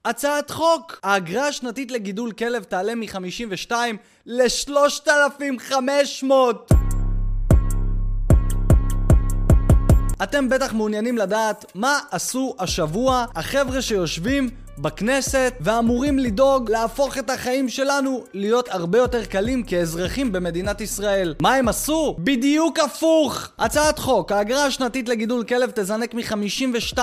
הצעת חוק. האגרה השנתית לגידול כלב תעלה מ-52 ל-3,500. אתם בטח מעוניינים לדעת מה עשו השבוע החבר'ה שיושבים בכנסת ואמורים לדאוג להפוך את החיים שלנו להיות הרבה יותר קלים כאזרחים במדינת ישראל. מה הם עשו? בדיוק הפוך. הצעת חוק, האגרה השנתית לגידול כלב תזנק מ-52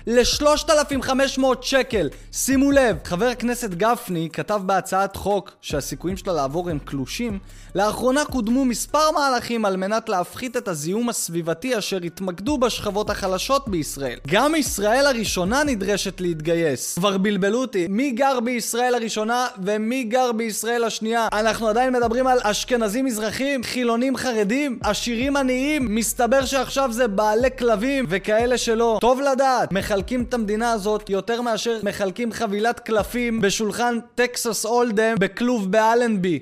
ל-3,500 שקל. שימו לב, חבר הכנסת גפני כתב בהצעת חוק שהסיכויים שלה לעבור הם קלושים. לאחרונה קודמו מספר מהלכים על מנת להפחית את הזיהום הסביבתי אשר התמקדו בשכבות החלשות בישראל. גם ישראל הראשונה נדרשת להתגייס. כבר בלבלו אותי, מי גר בישראל הראשונה ומי גר בישראל השנייה? אנחנו עדיין מדברים על אשכנזים מזרחים, חילונים חרדים, עשירים עניים. מסתבר שעכשיו זה בעלי כלבים וכאלה שלא. טוב לדעת, מחלקים את המדינה הזאת יותר מאשר מחלקים חבילת קלפים בשולחן טקסס הולדם בכלוב באלנבי.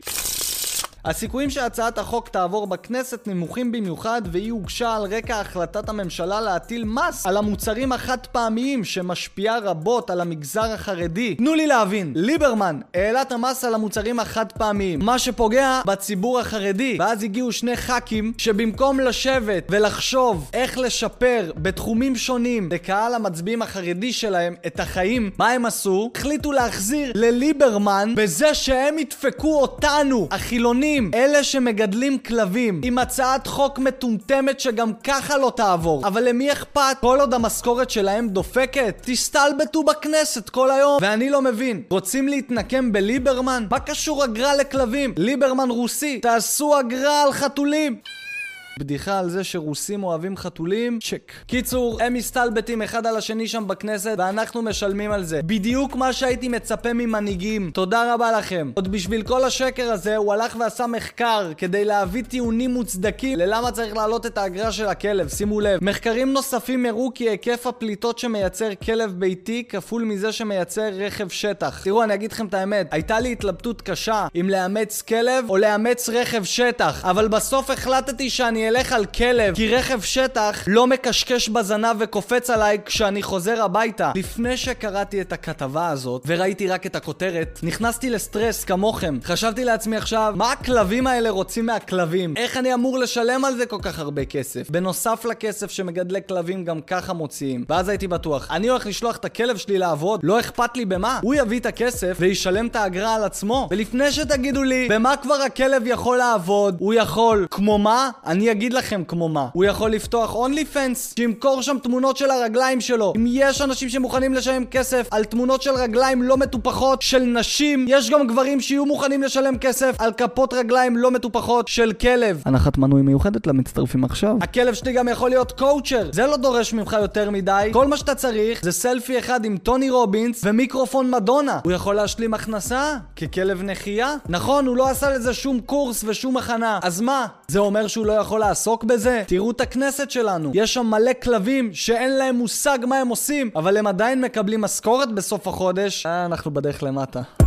הסיכויים שהצעת החוק תעבור בכנסת נמוכים במיוחד, והיא הוגשה על רקע החלטת הממשלה להטיל מס על המוצרים החד פעמיים שמשפיעה רבות על המגזר החרדי. תנו לי להבין, ליברמן העלה את המס על המוצרים החד פעמיים, מה שפוגע בציבור החרדי. ואז הגיעו שני ח"כים שבמקום לשבת ולחשוב איך לשפר בתחומים שונים לקהל המצביעים החרדי שלהם את החיים, מה הם עשו? החליטו להחזיר לליברמן בזה שהם ידפקו אותנו, החילונים, אלה שמגדלים כלבים, עם הצעת חוק מטומטמת שגם ככה לא תעבור. אבל למי אכפת? כל עוד המשכורת שלהם דופקת, תסתלבטו בכנסת כל היום. ואני לא מבין, רוצים להתנקם בליברמן? מה קשור אגרה לכלבים? ליברמן רוסי, תעשו אגרה על חתולים. בדיחה על זה שרוסים אוהבים חתולים, צ'ק. קיצור, הם מסתלבטים אחד על השני שם בכנסת ואנחנו משלמים על זה. בדיוק מה שהייתי מצפה ממנהיגים. תודה רבה לכם. עוד בשביל כל השקר הזה הוא הלך ועשה מחקר כדי להביא טיעונים מוצדקים ללמה צריך להעלות את האגרה של הכלב. שימו לב, מחקרים נוספים הראו כי היקף הפליטות שמייצר כלב ביתי כפול מזה שמייצר רכב שטח. תראו, אני אגיד לכם את האמת, הייתה לי התלבטות קשה אם לאמץ כלב או לאמץ רכב שטח, אבל בסוף החלטתי שאני אלך על כלב, כי רכב שטח לא מקשקש בזנב וקופץ עליי כשאני חוזר הביתה. לפני שקראתי את הכתבה הזאת וראיתי רק את הכותרת, נכנסתי לסטרס כמוכם. חשבתי לעצמי עכשיו, מה הכלבים האלה רוצים מהכלבים? איך אני אמור לשלם על זה כל כך הרבה כסף? בנוסף לכסף שמגדלי כלבים גם ככה מוציאים. ואז הייתי בטוח, אני הולך לשלוח את הכלב שלי לעבוד, לא אכפת לי במה. הוא יביא את הכסף וישלם את האגרה על עצמו. ולפני שתגידו לי, במה כבר הכלב יכול לעבוד? הוא יכול, כמו מה? אני אגיד לכם כמו מה. הוא יכול לפתוח OnlyFans, שימכור שם תמונות של הרגליים שלו. אם יש אנשים שמוכנים לשלם כסף על תמונות של רגליים לא מטופחות של נשים, יש גם גברים שיהיו מוכנים לשלם כסף על כפות רגליים לא מטופחות של כלב. הנחת מנוי מיוחדת למצטרפים עכשיו. הכלב שלי גם יכול להיות קואוצ'ר, זה לא דורש ממך יותר מדי. כל מה שאתה צריך זה סלפי אחד עם טוני רובינס ומיקרופון מדונה. הוא יכול להשלים הכנסה ככלב נחייה. נכון, הוא לא עשה לזה שום קורס ושום הכנה. אז מה? זה אומר שהוא לא יכול לעסוק בזה? תראו את הכנסת שלנו, יש שם מלא כלבים שאין להם מושג מה הם עושים, אבל הם עדיין מקבלים משכורת בסוף החודש. אנחנו בדרך למטה.